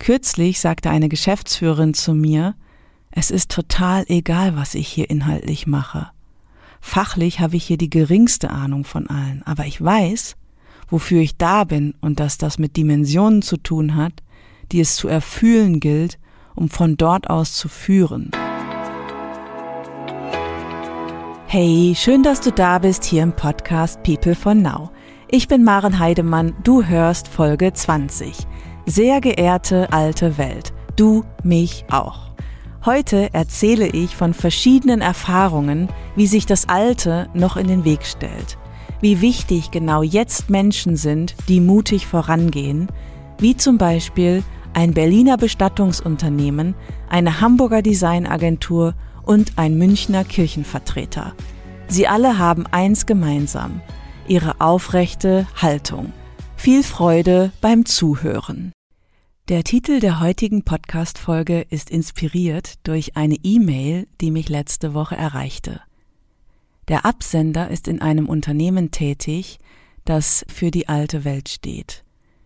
Kürzlich sagte eine Geschäftsführerin zu mir, es ist total egal, was ich hier inhaltlich mache. Fachlich habe ich hier die geringste Ahnung von allen, aber ich weiß, wofür ich da bin und dass das mit Dimensionen zu tun hat, die es zu erfühlen gilt, um von dort aus zu führen. Hey, schön, dass du da bist hier im Podcast People for Now. Ich bin Maren Heidemann, du hörst Folge 20. Sehr geehrte alte Welt, du mich auch. Heute erzähle ich von verschiedenen Erfahrungen, wie sich das Alte noch in den Weg stellt. Wie wichtig genau jetzt Menschen sind, die mutig vorangehen, wie zum Beispiel ein Berliner Bestattungsunternehmen, eine Hamburger Designagentur und ein Münchner Kirchenvertreter. Sie alle haben eins gemeinsam: ihre aufrechte Haltung. Viel Freude beim Zuhören. Der Titel der heutigen Podcast-Folge ist inspiriert durch eine E-Mail, die mich letzte Woche erreichte. Der Absender ist in einem Unternehmen tätig, das für die alte Welt steht.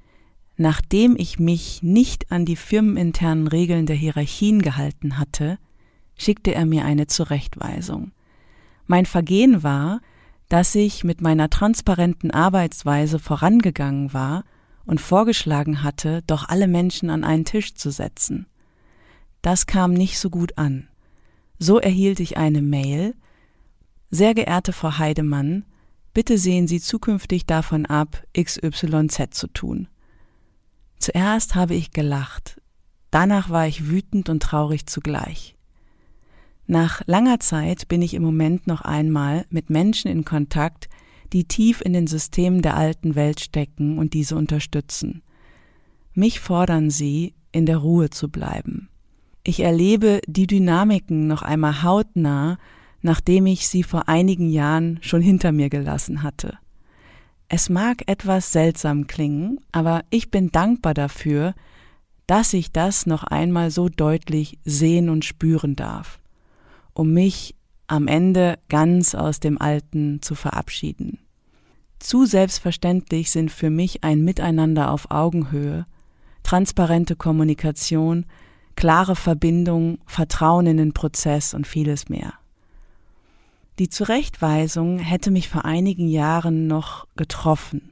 Nachdem ich mich nicht an die firmeninternen Regeln der Hierarchien gehalten hatte, schickte er mir eine Zurechtweisung. Mein Vergehen war, dass ich mit meiner transparenten Arbeitsweise vorangegangen war und vorgeschlagen hatte, doch alle Menschen an einen Tisch zu setzen. Das kam nicht so gut an. So erhielt ich eine Mail: Sehr geehrte Frau Heidemann, bitte sehen Sie zukünftig davon ab, XYZ zu tun. Zuerst habe ich gelacht, danach war ich wütend und traurig zugleich. Nach langer Zeit bin ich im Moment noch einmal mit Menschen in Kontakt, die tief in den Systemen der alten Welt stecken und diese unterstützen. Mich fordern sie, in der Ruhe zu bleiben. Ich erlebe die Dynamiken noch einmal hautnah, nachdem ich sie vor einigen Jahren schon hinter mir gelassen hatte. Es mag etwas seltsam klingen, aber ich bin dankbar dafür, dass ich das noch einmal so deutlich sehen und spüren darf, um mich am Ende ganz aus dem Alten zu verabschieden. Zu selbstverständlich sind für mich ein Miteinander auf Augenhöhe, transparente Kommunikation, klare Verbindung, Vertrauen in den Prozess und vieles mehr. Die Zurechtweisung hätte mich vor einigen Jahren noch getroffen.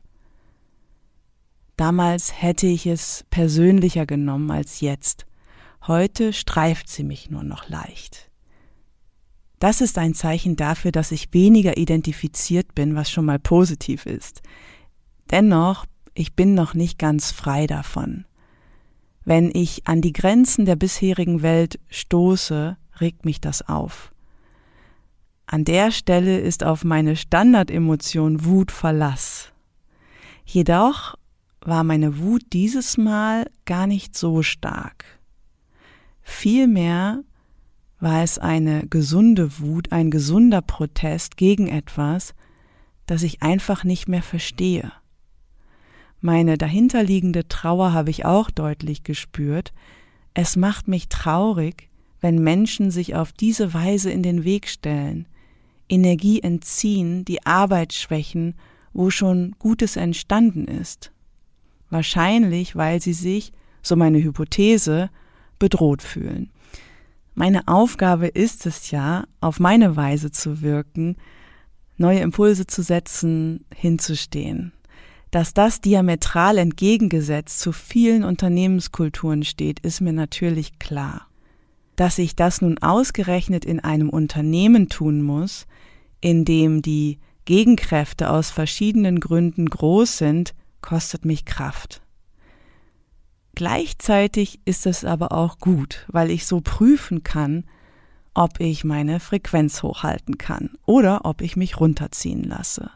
Damals hätte ich es persönlicher genommen als jetzt. Heute streift sie mich nur noch leicht. Das ist ein Zeichen dafür, dass ich weniger identifiziert bin, was schon mal positiv ist. Dennoch, ich bin noch nicht ganz frei davon. Wenn ich an die Grenzen der bisherigen Welt stoße, regt mich das auf. An der Stelle ist auf meine Standardemotion Wut Verlass. Jedoch war meine Wut dieses Mal gar nicht so stark. Vielmehr war es eine gesunde Wut, ein gesunder Protest gegen etwas, das ich einfach nicht mehr verstehe. Meine dahinterliegende Trauer habe ich auch deutlich gespürt. Es macht mich traurig, wenn Menschen sich auf diese Weise in den Weg stellen, Energie entziehen, die Arbeit schwächen, wo schon Gutes entstanden ist. Wahrscheinlich, weil sie sich, so meine Hypothese, bedroht fühlen. Meine Aufgabe ist es ja, auf meine Weise zu wirken, neue Impulse zu setzen, hinzustehen. Dass das diametral entgegengesetzt zu vielen Unternehmenskulturen steht, ist mir natürlich klar. Dass ich das nun ausgerechnet in einem Unternehmen tun muss, in dem die Gegenkräfte aus verschiedenen Gründen groß sind, kostet mich Kraft. Gleichzeitig ist es aber auch gut, weil ich so prüfen kann, ob ich meine Frequenz hochhalten kann oder ob ich mich runterziehen lasse.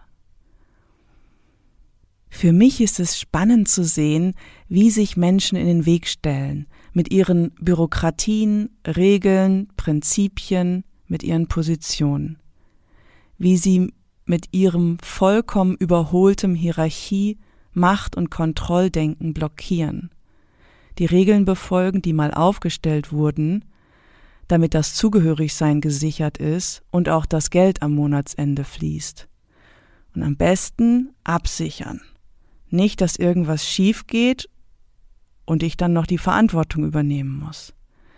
Für mich ist es spannend zu sehen, wie sich Menschen in den Weg stellen, mit ihren Bürokratien, Regeln, Prinzipien, mit ihren Positionen. Wie sie mit ihrem vollkommen überholtem Hierarchie, Macht- und Kontrolldenken blockieren. Die Regeln befolgen, die mal aufgestellt wurden, damit das Zugehörigsein gesichert ist und auch das Geld am Monatsende fließt. Und am besten absichern. Nicht, dass irgendwas schief geht und ich dann noch die Verantwortung übernehmen muss.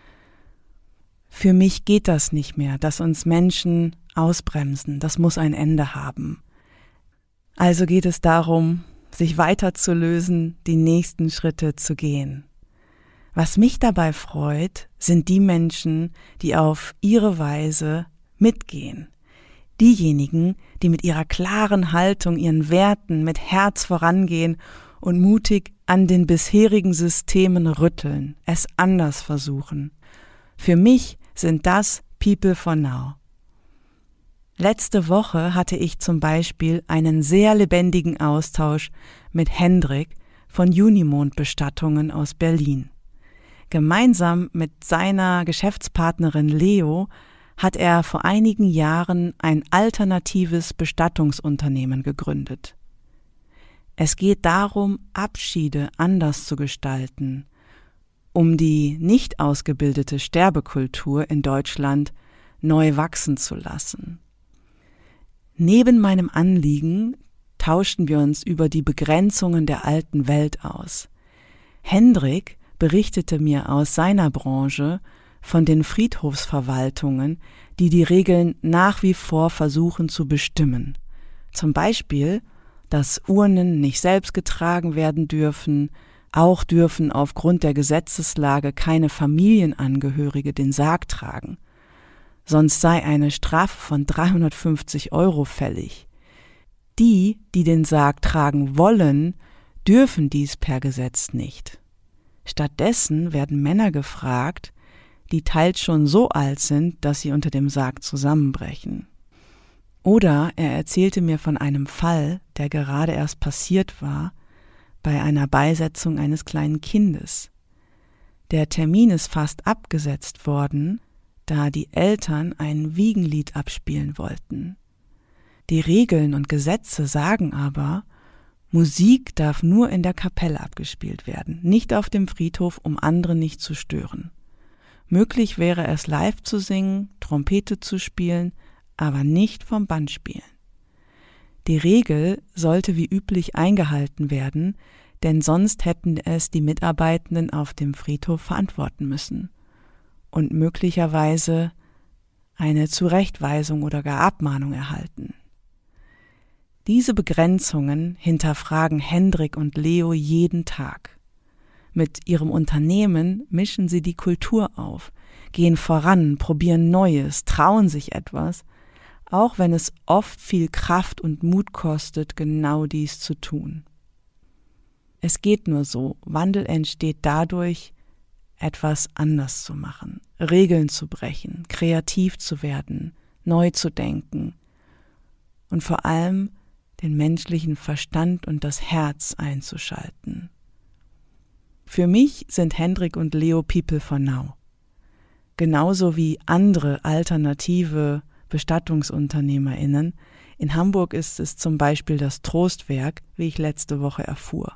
Für mich geht das nicht mehr, dass uns Menschen ausbremsen. Das muss ein Ende haben. Also geht es darum, sich weiterzulösen, die nächsten Schritte zu gehen. Was mich dabei freut, sind die Menschen, die auf ihre Weise mitgehen. Diejenigen, die mit ihrer klaren Haltung, ihren Werten mit Herz vorangehen und mutig an den bisherigen Systemen rütteln, es anders versuchen. Für mich sind das People for Now. Letzte Woche hatte ich zum Beispiel einen sehr lebendigen Austausch mit Hendrik von Unimond Bestattungen aus Berlin. Gemeinsam mit seiner Geschäftspartnerin Leo hat er vor einigen Jahren ein alternatives Bestattungsunternehmen gegründet. Es geht darum, Abschiede anders zu gestalten, um die nicht ausgebildete Sterbekultur in Deutschland neu wachsen zu lassen. Neben meinem Anliegen tauschten wir uns über die Begrenzungen der alten Welt aus. Hendrik berichtete mir aus seiner Branche von den Friedhofsverwaltungen, die die Regeln nach wie vor versuchen zu bestimmen. Zum Beispiel, dass Urnen nicht selbst getragen werden dürfen, auch dürfen aufgrund der Gesetzeslage keine Familienangehörige den Sarg tragen. Sonst sei eine Strafe von 350 € fällig. Die, die den Sarg tragen wollen, dürfen dies per Gesetz nicht. Stattdessen werden Männer gefragt, die teils schon so alt sind, dass sie unter dem Sarg zusammenbrechen. Oder er erzählte mir von einem Fall, der gerade erst passiert war, bei einer Beisetzung eines kleinen Kindes. Der Termin ist fast abgesetzt worden, da die Eltern ein Wiegenlied abspielen wollten. Die Regeln und Gesetze sagen aber, Musik darf nur in der Kapelle abgespielt werden, nicht auf dem Friedhof, um andere nicht zu stören. Möglich wäre es live zu singen, Trompete zu spielen, aber nicht vom Band spielen. Die Regel sollte wie üblich eingehalten werden, denn sonst hätten es die Mitarbeitenden auf dem Friedhof verantworten müssen und möglicherweise eine Zurechtweisung oder gar Abmahnung erhalten. Diese Begrenzungen hinterfragen Hendrik und Leo jeden Tag. Mit ihrem Unternehmen mischen sie die Kultur auf, gehen voran, probieren Neues, trauen sich etwas, auch wenn es oft viel Kraft und Mut kostet, genau dies zu tun. Es geht nur so, Wandel entsteht dadurch, etwas anders zu machen, Regeln zu brechen, kreativ zu werden, neu zu denken und vor allem den menschlichen Verstand und das Herz einzuschalten. Für mich sind Hendrik und Leo People for Now. Genauso wie andere alternative BestattungsunternehmerInnen. In Hamburg ist es zum Beispiel das Trostwerk, wie ich letzte Woche erfuhr.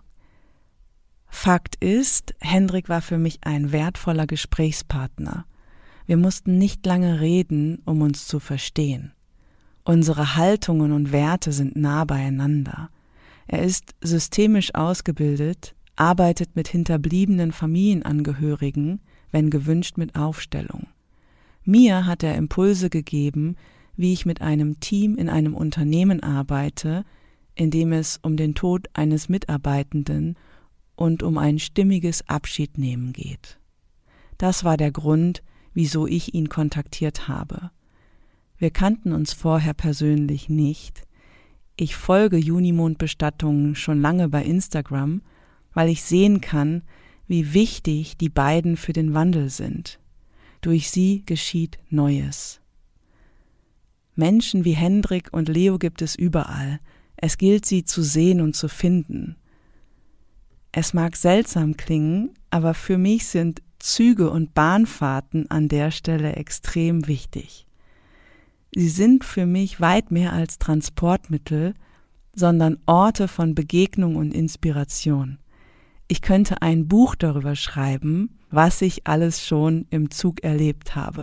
Fakt ist, Hendrik war für mich ein wertvoller Gesprächspartner. Wir mussten nicht lange reden, um uns zu verstehen. Unsere Haltungen und Werte sind nah beieinander. Er ist systemisch ausgebildet, arbeitet mit hinterbliebenen Familienangehörigen, wenn gewünscht mit Aufstellung. Mir hat er Impulse gegeben, wie ich mit einem Team in einem Unternehmen arbeite, in dem es um den Tod eines Mitarbeitenden und um ein stimmiges Abschiednehmen geht. Das war der Grund, wieso ich ihn kontaktiert habe. Wir kannten uns vorher persönlich nicht. Ich folge Unimond Bestattungen schon lange bei Instagram, weil ich sehen kann, wie wichtig die beiden für den Wandel sind. Durch sie geschieht Neues. Menschen wie Hendrik und Leo gibt es überall. Es gilt, sie zu sehen und zu finden. Es mag seltsam klingen, aber für mich sind Züge und Bahnfahrten an der Stelle extrem wichtig. Sie sind für mich weit mehr als Transportmittel, sondern Orte von Begegnung und Inspiration. Ich könnte ein Buch darüber schreiben, was ich alles schon im Zug erlebt habe.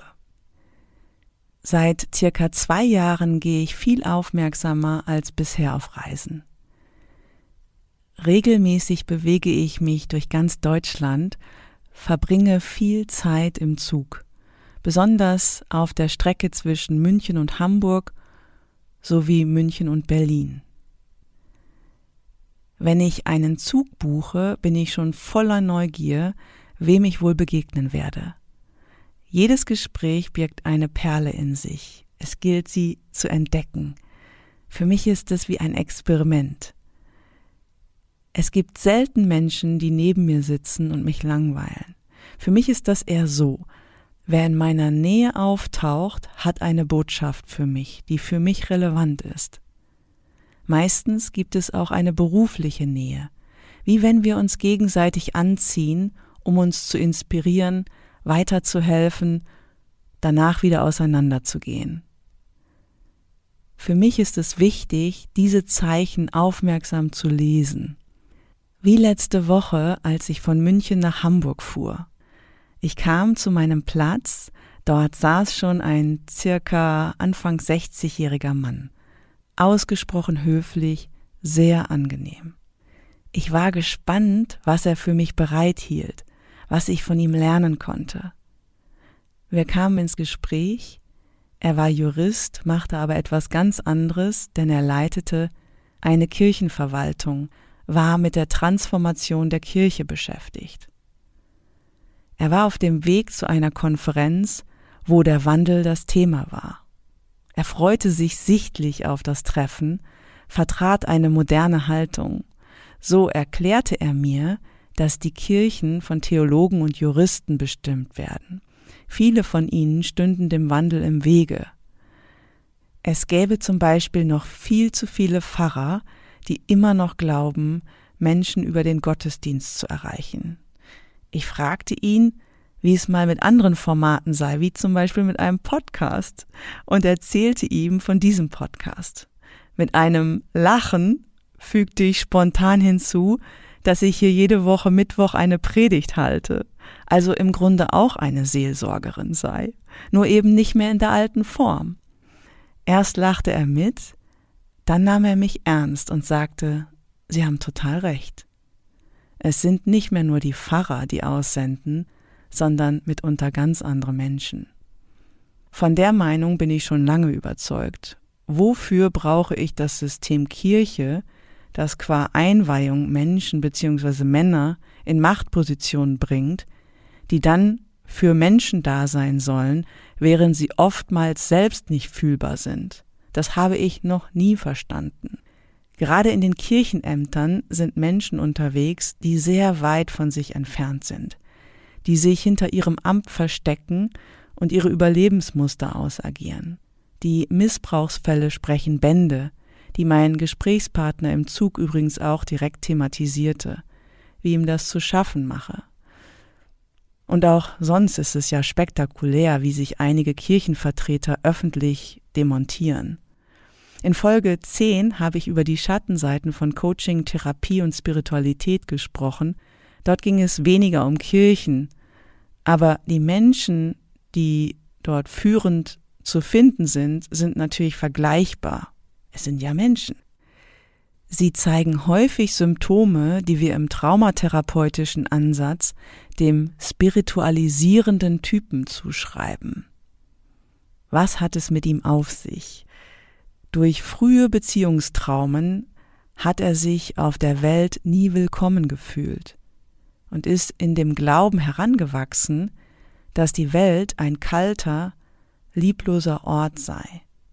Seit circa 2 Jahren gehe ich viel aufmerksamer als bisher auf Reisen. Regelmäßig bewege ich mich durch ganz Deutschland, verbringe viel Zeit im Zug, besonders auf der Strecke zwischen München und Hamburg sowie München und Berlin. Wenn ich einen Zug buche, bin ich schon voller Neugier, wem ich wohl begegnen werde. Jedes Gespräch birgt eine Perle in sich. Es gilt, sie zu entdecken. Für mich ist es wie ein Experiment. Es gibt selten Menschen, die neben mir sitzen und mich langweilen. Für mich ist das eher so: Wer in meiner Nähe auftaucht, hat eine Botschaft für mich, die für mich relevant ist. Meistens gibt es auch eine berufliche Nähe, wie wenn wir uns gegenseitig anziehen, um uns zu inspirieren, weiterzuhelfen, danach wieder auseinanderzugehen. Für mich ist es wichtig, diese Zeichen aufmerksam zu lesen. Wie letzte Woche, als ich von München nach Hamburg fuhr. Ich kam zu meinem Platz, dort saß schon ein circa Anfang 60-jähriger Mann. Ausgesprochen höflich, sehr angenehm. Ich war gespannt, was er für mich bereithielt, was ich von ihm lernen konnte. Wir kamen ins Gespräch. Er war Jurist, machte aber etwas ganz anderes, denn er leitete eine Kirchenverwaltung, war mit der Transformation der Kirche beschäftigt. Er war auf dem Weg zu einer Konferenz, wo der Wandel das Thema war. Er freute sich sichtlich auf das Treffen, vertrat eine moderne Haltung. So erklärte er mir, dass die Kirchen von Theologen und Juristen bestimmt werden. Viele von ihnen stünden dem Wandel im Wege. Es gäbe zum Beispiel noch viel zu viele Pfarrer, die immer noch glauben, Menschen über den Gottesdienst zu erreichen. Ich fragte ihn, wie es mal mit anderen Formaten sei, wie zum Beispiel mit einem Podcast, und erzählte ihm von diesem Podcast. Mit einem Lachen fügte ich spontan hinzu, dass ich hier jede Woche Mittwoch eine Predigt halte, also im Grunde auch eine Seelsorgerin sei, nur eben nicht mehr in der alten Form. Erst lachte er mit, dann nahm er mich ernst und sagte: Sie haben total recht. Es sind nicht mehr nur die Pfarrer, die aussenden, sondern mitunter ganz andere Menschen. Von der Meinung bin ich schon lange überzeugt. Wofür brauche ich das System Kirche, das qua Einweihung Menschen bzw. Männer in Machtpositionen bringt, die dann für Menschen da sein sollen, während sie oftmals selbst nicht fühlbar sind? Das habe ich noch nie verstanden. Gerade in den Kirchenämtern sind Menschen unterwegs, die sehr weit von sich entfernt sind, die sich hinter ihrem Amt verstecken und ihre Überlebensmuster ausagieren. Die Missbrauchsfälle sprechen Bände, die mein Gesprächspartner im Zug übrigens auch direkt thematisierte, wie ihm das zu schaffen mache. Und auch sonst ist es ja spektakulär, wie sich einige Kirchenvertreter öffentlich demontieren. In Folge 10 habe ich über die Schattenseiten von Coaching, Therapie und Spiritualität gesprochen. Dort ging es weniger um Kirchen, aber die Menschen, die dort führend zu finden sind, sind natürlich vergleichbar. Es sind ja Menschen. Sie zeigen häufig Symptome, die wir im traumatherapeutischen Ansatz dem spiritualisierenden Typen zuschreiben. Was hat es mit ihm auf sich? Durch frühe Beziehungstraumen hat er sich auf der Welt nie willkommen gefühlt und ist in dem Glauben herangewachsen, dass die Welt ein kalter, liebloser Ort sei.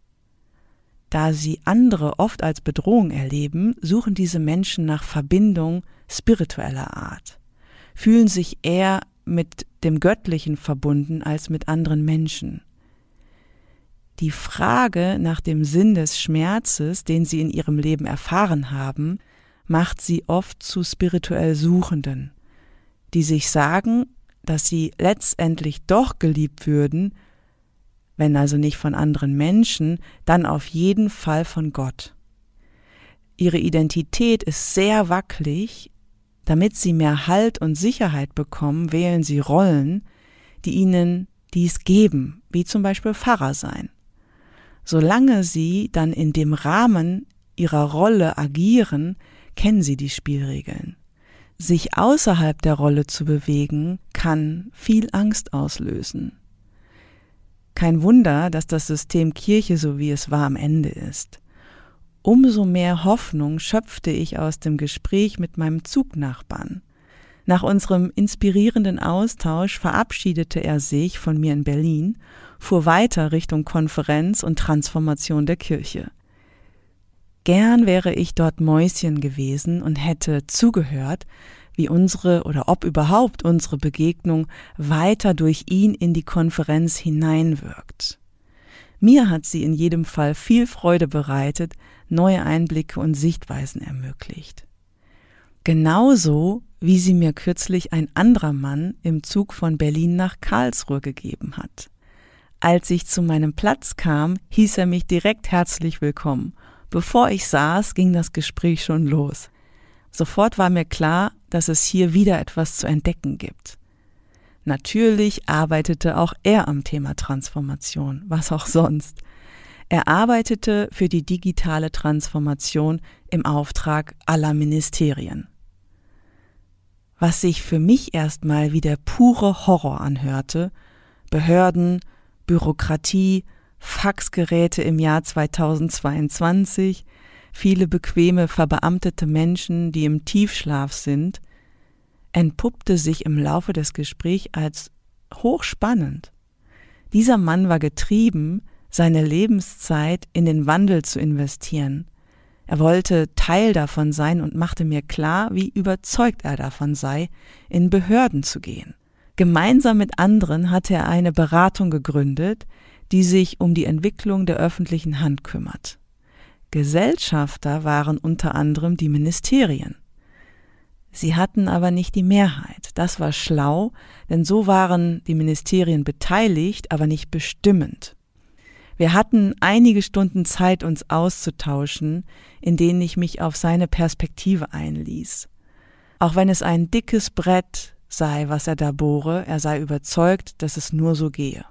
Da sie andere oft als Bedrohung erleben, suchen diese Menschen nach Verbindung spiritueller Art, fühlen sich eher mit dem Göttlichen verbunden als mit anderen Menschen. Die Frage nach dem Sinn des Schmerzes, den sie in ihrem Leben erfahren haben, macht sie oft zu spirituell Suchenden, die sich sagen, dass sie letztendlich doch geliebt würden, wenn also nicht von anderen Menschen, dann auf jeden Fall von Gott. Ihre Identität ist sehr wackelig. Damit sie mehr Halt und Sicherheit bekommen, wählen sie Rollen, die ihnen dies geben, wie zum Beispiel Pfarrer sein. Solange sie dann in dem Rahmen ihrer Rolle agieren, kennen Sie die Spielregeln. Sich außerhalb der Rolle zu bewegen, kann viel Angst auslösen. Kein Wunder, dass das System Kirche so wie es war am Ende ist. Umso mehr Hoffnung schöpfte ich aus dem Gespräch mit meinem Zugnachbarn. Nach unserem inspirierenden Austausch verabschiedete er sich von mir in Berlin, fuhr weiter Richtung Konferenz und Transformation der Kirche. Gern wäre ich dort Mäuschen gewesen und hätte zugehört, wie unsere oder ob überhaupt unsere Begegnung weiter durch ihn in die Konferenz hineinwirkt. Mir hat sie in jedem Fall viel Freude bereitet, neue Einblicke und Sichtweisen ermöglicht. Genauso, wie sie mir kürzlich ein anderer Mann im Zug von Berlin nach Karlsruhe gegeben hat. Als ich zu meinem Platz kam, hieß er mich direkt herzlich willkommen. Bevor ich saß, ging das Gespräch schon los. Sofort war mir klar, dass es hier wieder etwas zu entdecken gibt. Natürlich arbeitete auch er am Thema Transformation, was auch sonst. Er arbeitete für die digitale Transformation im Auftrag aller Ministerien. Was sich für mich erstmal wie der pure Horror anhörte, Behörden, Bürokratie, Faxgeräte im Jahr 2022, viele bequeme, verbeamtete Menschen, die im Tiefschlaf sind, entpuppte sich im Laufe des Gesprächs als hochspannend. Dieser Mann war getrieben, seine Lebenszeit in den Wandel zu investieren. Er wollte Teil davon sein und machte mir klar, wie überzeugt er davon sei, in Behörden zu gehen. Gemeinsam mit anderen hatte er eine Beratung gegründet, die sich um die Entwicklung der öffentlichen Hand kümmert. Gesellschafter waren unter anderem die Ministerien. Sie hatten aber nicht die Mehrheit. Das war schlau, denn so waren die Ministerien beteiligt, aber nicht bestimmend. Wir hatten einige Stunden Zeit, uns auszutauschen, in denen ich mich auf seine Perspektive einließ. Auch wenn es ein dickes Brett sei, was er da bohre, er sei überzeugt, dass es nur so gehe.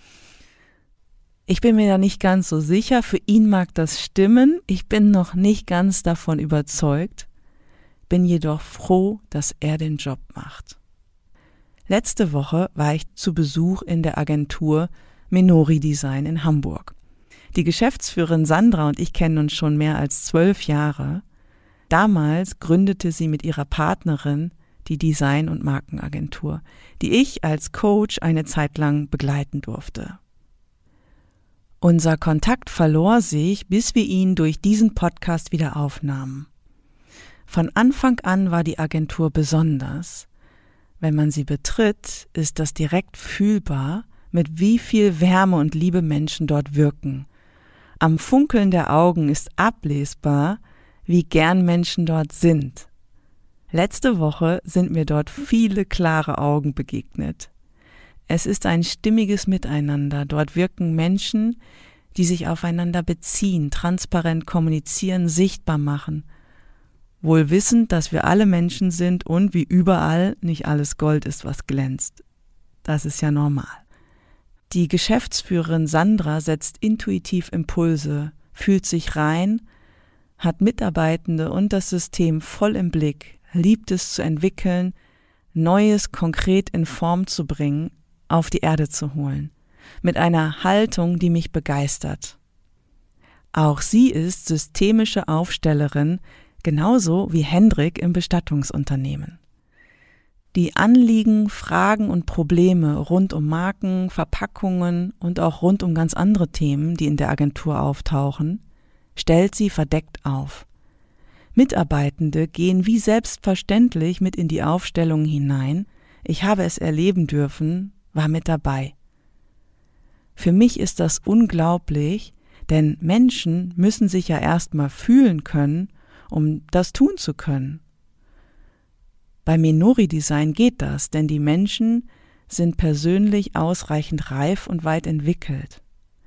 Ich bin mir da nicht ganz so sicher, für ihn mag das stimmen, ich bin noch nicht ganz davon überzeugt, bin jedoch froh, dass er den Job macht. Letzte Woche war ich zu Besuch in der Agentur Minori Design in Hamburg. Die Geschäftsführerin Sandra und ich kennen uns schon mehr als 12 Jahre. Damals gründete sie mit ihrer Partnerin die Design- und Markenagentur, die ich als Coach eine Zeit lang begleiten durfte. Unser Kontakt verlor sich, bis wir ihn durch diesen Podcast wieder aufnahmen. Von Anfang an war die Agentur besonders. Wenn man sie betritt, ist das direkt fühlbar, mit wie viel Wärme und Liebe Menschen dort wirken. Am Funkeln der Augen ist ablesbar, wie gern Menschen dort sind. Letzte Woche sind mir dort viele klare Augen begegnet. Es ist ein stimmiges Miteinander. Dort wirken Menschen, die sich aufeinander beziehen, transparent kommunizieren, sichtbar machen. Wohl wissend, dass wir alle Menschen sind und wie überall nicht alles Gold ist, was glänzt. Das ist ja normal. Die Geschäftsführerin Sandra setzt intuitiv Impulse, fühlt sich rein, hat Mitarbeitende und das System voll im Blick, liebt es zu entwickeln, Neues konkret in Form zu bringen, auf die Erde zu holen, mit einer Haltung, die mich begeistert. Auch sie ist systemische Aufstellerin, genauso wie Hendrik im Bestattungsunternehmen. Die Anliegen, Fragen und Probleme rund um Marken, Verpackungen und auch rund um ganz andere Themen, die in der Agentur auftauchen, stellt sie verdeckt auf. Mitarbeitende gehen wie selbstverständlich mit in die Aufstellung hinein. Ich habe es erleben dürfen, war mit dabei. Für mich ist das unglaublich, denn Menschen müssen sich ja erstmal fühlen können, um das tun zu können. Bei Minori Design geht das, denn die Menschen sind persönlich ausreichend reif und weit entwickelt.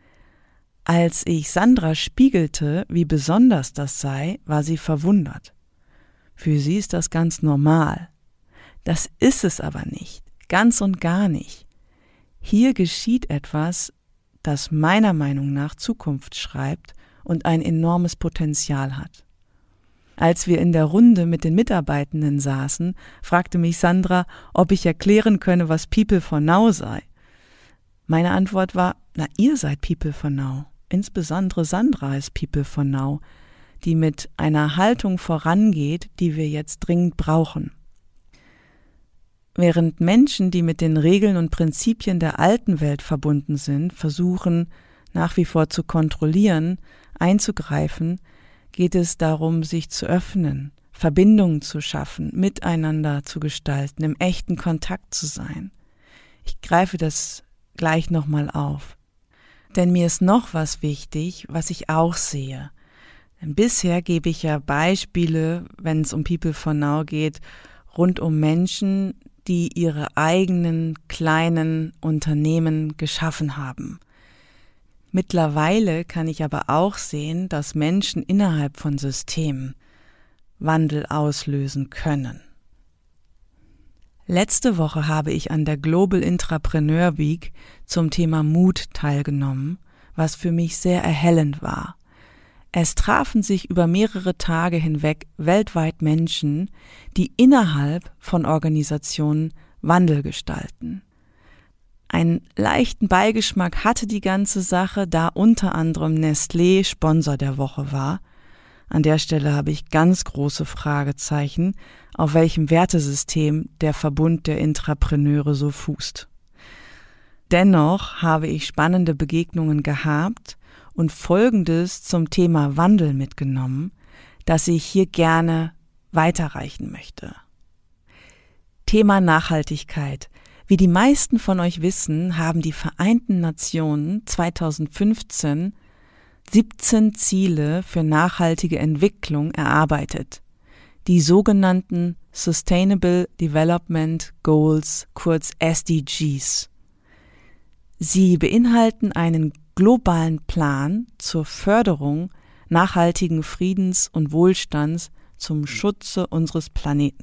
Als ich Sandra spiegelte, wie besonders das sei, war sie verwundert. Für sie ist das ganz normal. Das ist es aber nicht, ganz und gar nicht. Hier geschieht etwas, das meiner Meinung nach Zukunft schreibt und ein enormes Potenzial hat. Als wir in der Runde mit den Mitarbeitenden saßen, fragte mich Sandra, ob ich erklären könne, was People for Now sei. Meine Antwort war, ihr seid People for Now. Insbesondere Sandra ist People for Now, die mit einer Haltung vorangeht, die wir jetzt dringend brauchen. Während Menschen, die mit den Regeln und Prinzipien der alten Welt verbunden sind, versuchen, nach wie vor zu kontrollieren, einzugreifen, geht es darum, sich zu öffnen, Verbindungen zu schaffen, miteinander zu gestalten, im echten Kontakt zu sein. Ich greife das gleich nochmal auf. Denn mir ist noch was wichtig, was ich auch sehe. Denn bisher gebe ich ja Beispiele, wenn es um People for Now geht, rund um Menschen, die ihre eigenen kleinen Unternehmen geschaffen haben. Mittlerweile kann ich aber auch sehen, dass Menschen innerhalb von Systemen Wandel auslösen können. Letzte Woche habe ich an der Global Intrapreneur Week zum Thema Mut teilgenommen, was für mich sehr erhellend war. Es trafen sich über mehrere Tage hinweg weltweit Menschen, die innerhalb von Organisationen Wandel gestalten. Einen leichten Beigeschmack hatte die ganze Sache, da unter anderem Nestlé Sponsor der Woche war. An der Stelle habe ich ganz große Fragezeichen, auf welchem Wertesystem der Verbund der Intrapreneure so fußt. Dennoch habe ich spannende Begegnungen gehabt und Folgendes zum Thema Wandel mitgenommen, das ich hier gerne weiterreichen möchte. Thema Nachhaltigkeit. Wie die meisten von euch wissen, haben die Vereinten Nationen 2015 17 Ziele für nachhaltige Entwicklung erarbeitet. Die sogenannten Sustainable Development Goals, kurz SDGs. Sie beinhalten einen globalen Plan zur Förderung nachhaltigen Friedens und Wohlstands zum Schutze unseres Planeten.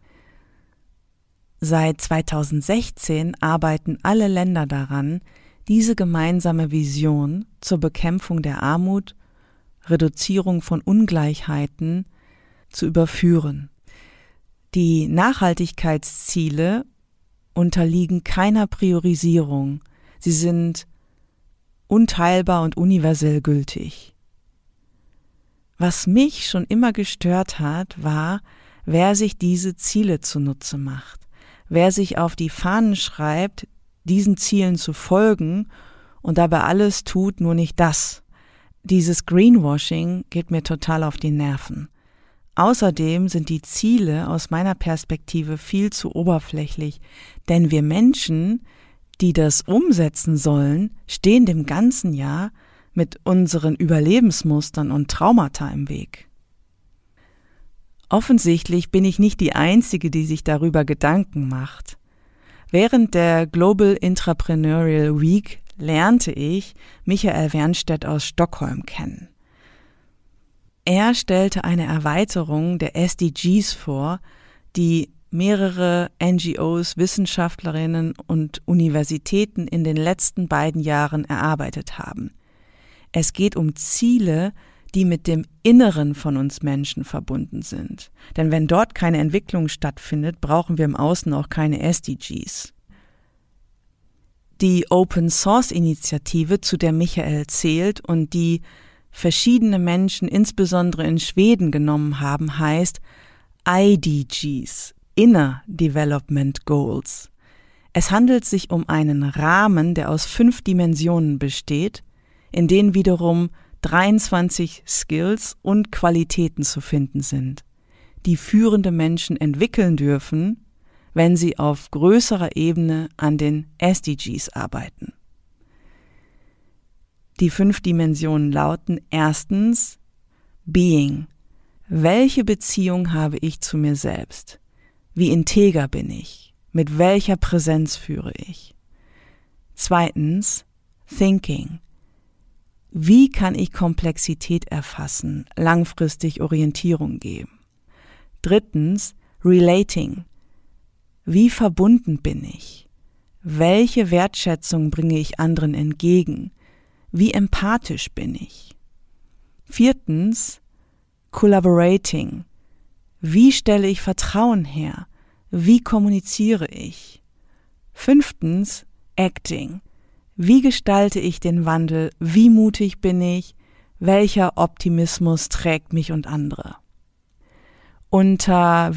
Seit 2016 arbeiten alle Länder daran, diese gemeinsame Vision zur Bekämpfung der Armut, Reduzierung von Ungleichheiten zu überführen. Die Nachhaltigkeitsziele unterliegen keiner Priorisierung. Sie sind unteilbar und universell gültig. Was mich schon immer gestört hat, war, wer sich diese Ziele zunutze macht. Wer sich auf die Fahnen schreibt, diesen Zielen zu folgen und dabei alles tut, nur nicht das. Dieses Greenwashing geht mir total auf die Nerven. Außerdem sind die Ziele aus meiner Perspektive viel zu oberflächlich, denn wir Menschen, die das umsetzen sollen, stehen dem ganzen Jahr mit unseren Überlebensmustern und Traumata im Weg. Offensichtlich bin ich nicht die Einzige, die sich darüber Gedanken macht. Während der Global Intrapreneurial Week lernte ich Michael Wernstedt aus Stockholm kennen. Er stellte eine Erweiterung der SDGs vor, die mehrere NGOs, Wissenschaftlerinnen und Universitäten in den letzten 2 Jahren erarbeitet haben. Es geht um Ziele, die mit dem Inneren von uns Menschen verbunden sind. Denn wenn dort keine Entwicklung stattfindet, brauchen wir im Außen auch keine SDGs. Die Open-Source-Initiative, zu der Michael zählt und die verschiedene Menschen, insbesondere in Schweden, genommen haben, heißt IDGs, Inner Development Goals. Es handelt sich um einen Rahmen, der aus 5 Dimensionen besteht, in denen wiederum 23 Skills und Qualitäten zu finden sind, die führende Menschen entwickeln dürfen, wenn sie auf größerer Ebene an den SDGs arbeiten. Die 5 Dimensionen lauten: erstens Being. Welche Beziehung habe ich zu mir selbst? Wie integer bin ich? Mit welcher Präsenz führe ich? Zweitens Thinking. Wie kann ich Komplexität erfassen, langfristig Orientierung geben? Drittens, Relating. Wie verbunden bin ich? Welche Wertschätzung bringe ich anderen entgegen? Wie empathisch bin ich? Viertens, Collaborating. Wie stelle ich Vertrauen her? Wie kommuniziere ich? 5. Acting. Wie gestalte ich den Wandel? Wie mutig bin ich? Welcher Optimismus trägt mich und andere? Unter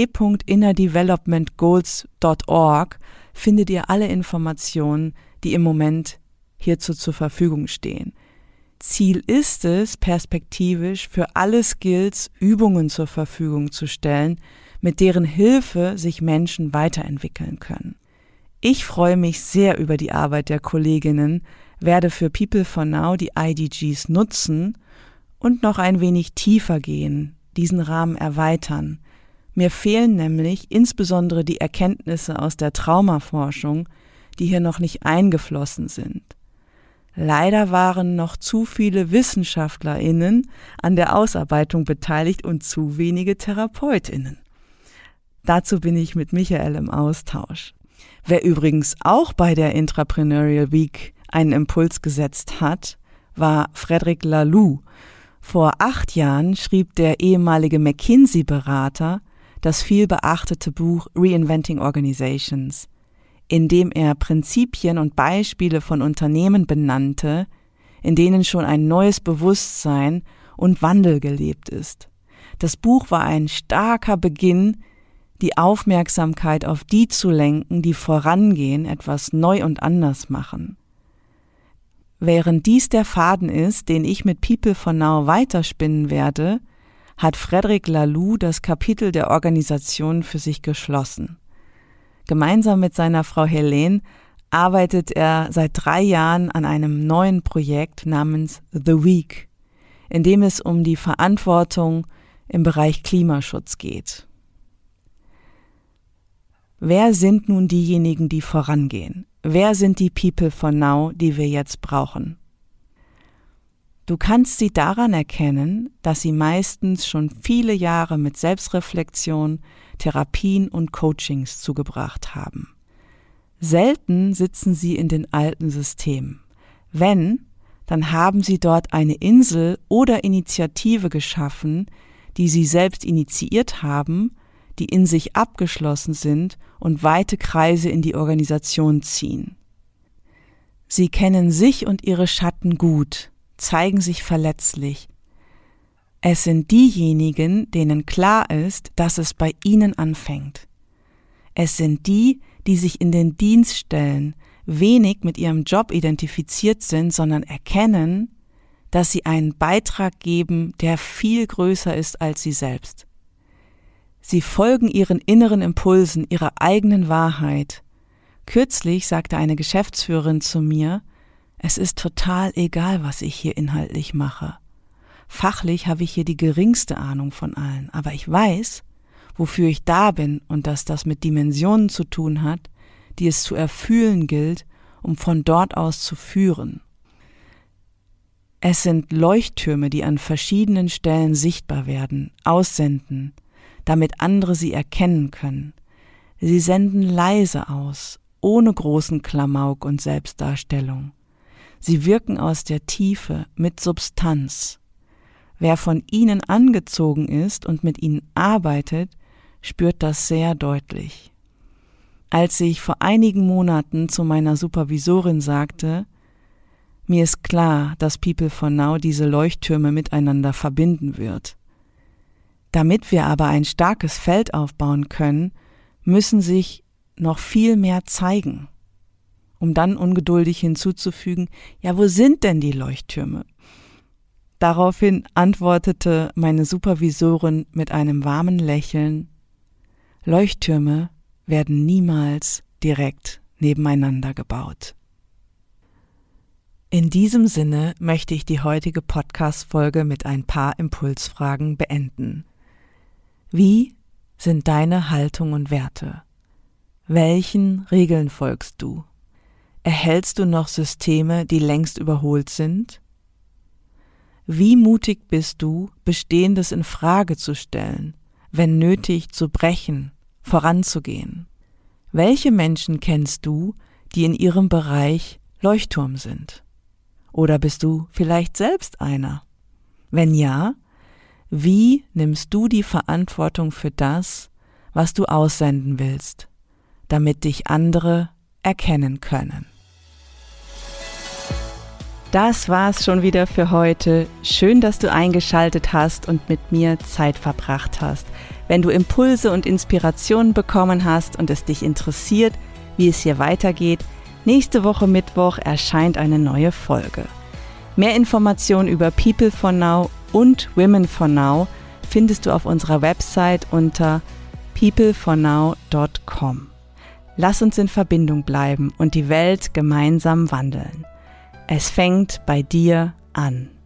www.innerdevelopmentgoals.org findet ihr alle Informationen, die im Moment hierzu zur Verfügung stehen. Ziel ist es, perspektivisch für alle Skills Übungen zur Verfügung zu stellen, mit deren Hilfe sich Menschen weiterentwickeln können. Ich freue mich sehr über die Arbeit der Kolleginnen, werde für People for Now die IDGs nutzen und noch ein wenig tiefer gehen, diesen Rahmen erweitern. Mir fehlen nämlich insbesondere die Erkenntnisse aus der Traumaforschung, die hier noch nicht eingeflossen sind. Leider waren noch zu viele WissenschaftlerInnen an der Ausarbeitung beteiligt und zu wenige TherapeutInnen. Dazu bin ich mit Michael im Austausch. Wer übrigens auch bei der Intrapreneurial Week einen Impuls gesetzt hat, war Frederic Laloux. Vor 8 Jahren schrieb der ehemalige McKinsey-Berater das viel beachtete Buch Reinventing Organizations, in dem er Prinzipien und Beispiele von Unternehmen benannte, in denen schon ein neues Bewusstsein und Wandel gelebt ist. Das Buch war ein starker Beginn, die Aufmerksamkeit auf die zu lenken, die vorangehen, etwas neu und anders machen. Während dies der Faden ist, den ich mit People for Now weiterspinnen werde, hat Frederic Laloux das Kapitel der Organisation für sich geschlossen. Gemeinsam mit seiner Frau Helene arbeitet er seit 3 Jahren an einem neuen Projekt namens The Week, in dem es um die Verantwortung im Bereich Klimaschutz geht. Wer sind nun diejenigen, die vorangehen? Wer sind die People for Now, die wir jetzt brauchen? Du kannst sie daran erkennen, dass sie meistens schon viele Jahre mit Selbstreflexion, Therapien und Coachings zugebracht haben. Selten sitzen sie in den alten Systemen. Wenn, dann haben sie dort eine Insel oder Initiative geschaffen, die sie selbst initiiert haben, die in sich abgeschlossen sind und weite Kreise in die Organisation ziehen. Sie kennen sich und ihre Schatten gut, zeigen sich verletzlich. Es sind diejenigen, denen klar ist, dass es bei ihnen anfängt. Es sind die, die sich in den Dienst stellen, wenig mit ihrem Job identifiziert sind, sondern erkennen, dass sie einen Beitrag geben, der viel größer ist als sie selbst. Sie folgen ihren inneren Impulsen, ihrer eigenen Wahrheit. Kürzlich sagte eine Geschäftsführerin zu mir, es ist total egal, was ich hier inhaltlich mache. Fachlich habe ich hier die geringste Ahnung von allen, aber ich weiß, wofür ich da bin und dass das mit Dimensionen zu tun hat, die es zu erfühlen gilt, um von dort aus zu führen. Es sind Leuchttürme, die an verschiedenen Stellen sichtbar werden, aussenden, damit andere sie erkennen können. Sie senden leise aus, ohne großen Klamauk und Selbstdarstellung. Sie wirken aus der Tiefe mit Substanz. Wer von ihnen angezogen ist und mit ihnen arbeitet, spürt das sehr deutlich. Als ich vor einigen Monaten zu meiner Supervisorin sagte, mir ist klar, dass People for Now diese Leuchttürme miteinander verbinden wird. Damit wir aber ein starkes Feld aufbauen können, müssen sich noch viel mehr zeigen. Um dann ungeduldig hinzuzufügen, ja, wo sind denn die Leuchttürme? Daraufhin antwortete meine Supervisorin mit einem warmen Lächeln, Leuchttürme werden niemals direkt nebeneinander gebaut. In diesem Sinne möchte ich die heutige Podcast-Folge mit ein paar Impulsfragen beenden. Wie sind deine Haltung und Werte? Welchen Regeln folgst du? Erhältst du noch Systeme, die längst überholt sind? Wie mutig bist du, Bestehendes in Frage zu stellen, wenn nötig zu brechen, voranzugehen? Welche Menschen kennst du, die in ihrem Bereich Leuchtturm sind? Oder bist du vielleicht selbst einer? Wenn ja, Wie nimmst du die Verantwortung für das, was du aussenden willst, damit dich andere erkennen können? Das war's schon wieder für heute. Schön, dass du eingeschaltet hast und mit mir Zeit verbracht hast. Wenn du Impulse und Inspirationen bekommen hast und es dich interessiert, wie es hier weitergeht, nächste Woche Mittwoch erscheint eine neue Folge. Mehr Informationen über People for Now und Women for Now findest du auf unserer Website unter peoplefornow.com. Lass uns in Verbindung bleiben und die Welt gemeinsam wandeln. Es fängt bei dir an.